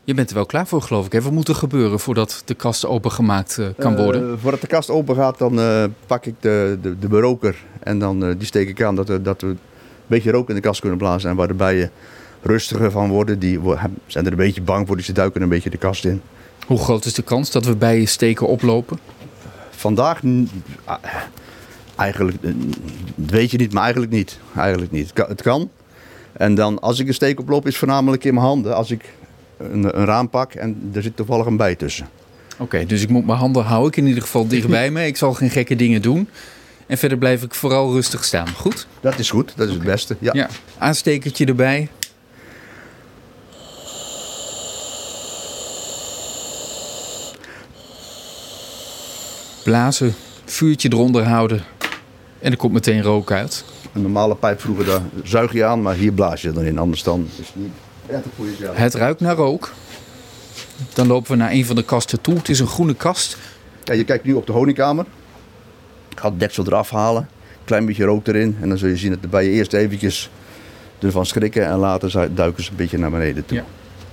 Je bent er wel klaar voor, geloof ik. Hè? Wat moet er gebeuren voordat de kast opengemaakt kan worden? Voordat de kast open gaat, dan pak ik de beroker en dan die steek ik aan dat we een beetje rook in de kast kunnen blazen. En waar de bijen rustiger van worden, die zijn er een beetje bang voor, dus ze duiken een beetje de kast in. Hoe groot is de kans dat we bijensteken oplopen? Vandaag eigenlijk, weet je niet, maar eigenlijk niet. Het kan. En dan als ik een steek oploop is voornamelijk in mijn handen. Als ik een raam pak en er zit toevallig een bij tussen. Oké, dus ik moet mijn handen hou ik in ieder geval dichtbij me. Ik zal geen gekke dingen doen. En verder blijf ik vooral rustig staan. Goed? Dat is goed, dat is het beste. Ja. Aanstekertje erbij. Blazen, vuurtje eronder houden. En er komt meteen rook uit. Een normale pijp vroeger, daar zuig je aan, maar hier blaas je erin. Anders dan is het niet echt een goede zaak. Het ruikt naar rook. Dan lopen we naar een van de kasten toe. Het is een groene kast. Ja, je kijkt nu op de honingkamer. Ik ga het deksel eraf halen. Klein beetje rook erin. En dan zul je zien dat de bijen eerst eventjes ervan schrikken. En later duiken ze een beetje naar beneden toe. Ja.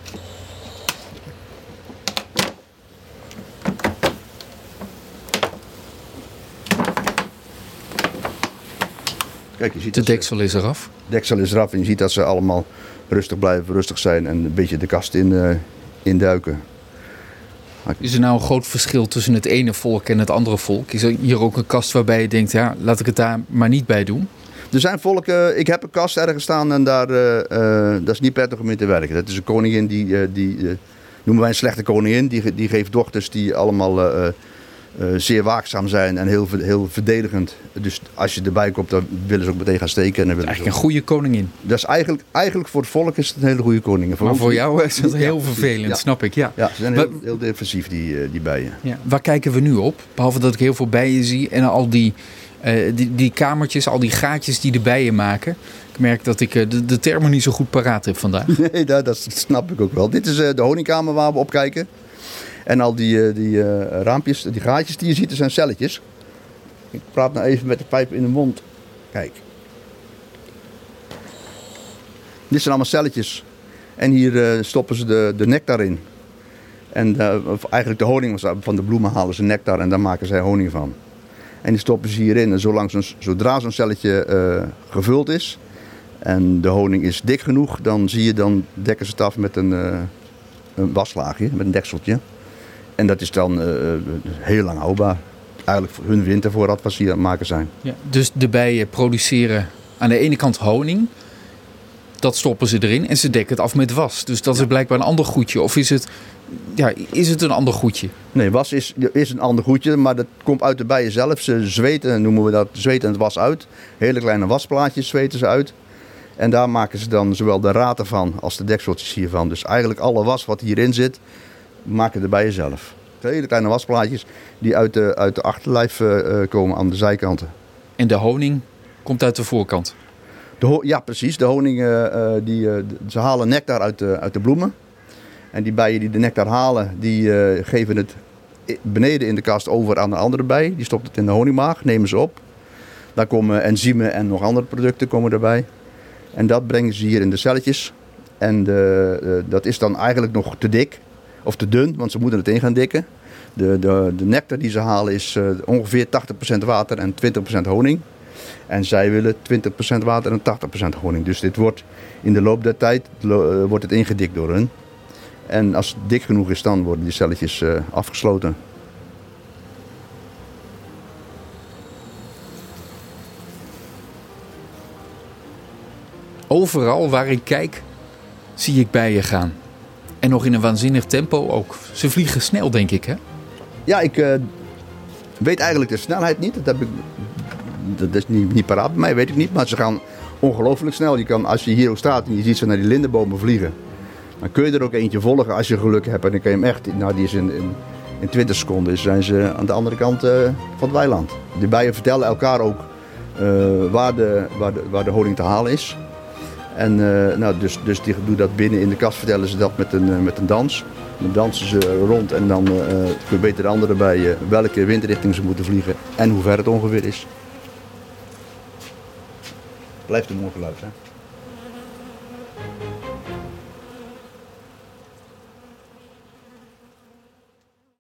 Kijk, je ziet De deksel is eraf. De deksel is eraf en je ziet dat ze allemaal rustig blijven, rustig zijn en een beetje de kast induiken. Is er nou een groot verschil tussen het ene volk en het andere volk? Is er hier ook een kast waarbij je denkt, ja, laat ik het daar maar niet bij doen? Er zijn volken, ik heb een kast ergens staan en daar, dat is niet prettig om in te werken. Dat is een koningin, die noemen wij een slechte koningin. Die geeft dochters die allemaal zeer waakzaam zijn en heel verdedigend. Dus als je erbij komt, dan willen ze ook meteen gaan steken. En dan willen Eigenlijk een goede koningin. Dat is eigenlijk voor het volk is het een hele goede koningin. Maar voor jou is dat heel vervelend, snap ik. Ja, ze zijn heel defensief, die bijen. Ja. Waar kijken we nu op? Behalve dat ik heel veel bijen zie en al die kamertjes, al die gaatjes die de bijen maken. Ik merk dat ik de termen niet zo goed paraat heb vandaag. Nee, dat snap ik ook wel. Dit is de honingkamer waar we op kijken. En al die raampjes, die gaatjes die je ziet, er zijn celletjes. Ik praat nou even met de pijp in de mond. Kijk. Dit zijn allemaal celletjes. En hier stoppen ze de nectar in. En eigenlijk de honing van de bloemen halen ze nectar en daar maken zij honing van. En die stoppen ze hierin. En zodra zo'n celletje gevuld is en de honing is dik genoeg, dan dekken ze het af met een waslaagje, met een dekseltje. En dat is dan heel lang houdbaar. Eigenlijk voor hun wintervoorraad wat ze hier aan het maken zijn. Ja, dus de bijen produceren aan de ene kant honing. Dat stoppen ze erin en ze dekken het af met was. Dus dat is blijkbaar een ander goedje. Of is het een ander goedje? Nee, was is een ander goedje, maar dat komt uit de bijen zelf. Ze zweten, noemen we dat, zweten het was uit. Hele kleine wasplaatjes zweten ze uit. En daar maken ze dan zowel de raten van als de dekseltjes hiervan. Dus eigenlijk alle was wat hierin zit, maken de bijen zelf. Hele kleine wasplaatjes die uit de achterlijf komen aan de zijkanten. En de honing komt uit de voorkant? Ja, precies. De honing, ze halen nectar uit de bloemen. En die bijen die de nectar halen, die geven het beneden in de kast over aan de andere bij. Die stopt het in de honingmaag, nemen ze op. Daar komen enzymen en nog andere producten komen erbij. En dat brengen ze hier in de celletjes. En dat is dan eigenlijk nog te dik of te dun, want ze moeten het in gaan dikken. De nectar die ze halen is ongeveer 80% water en 20% honing. En zij willen 20% water en 80% honing. Dus dit wordt in de loop der tijd wordt het ingedikt door hun. En als het dik genoeg is, dan worden die celletjes afgesloten. Overal waar ik kijk, zie ik bijen gaan. En nog in een waanzinnig tempo ook. Ze vliegen snel, denk ik, hè? Ja, ik weet eigenlijk de snelheid niet. Dat is niet paraat bij mij, weet ik niet. Maar ze gaan ongelooflijk snel. Als je hier ook staat en je ziet ze naar die lindenbomen vliegen, dan kun je er ook eentje volgen als je geluk hebt. En dan kun je hem echt, die is in 20 seconden zijn ze aan de andere kant van het weiland. De bijen vertellen elkaar ook waar de honing te halen is. En dus die doen dat binnen in de kast, vertellen ze dat met een dans. Dan dansen ze rond en dan weten de anderen bij welke windrichting ze moeten vliegen en hoe ver het ongeveer is. Blijft een mooi geluid, hè?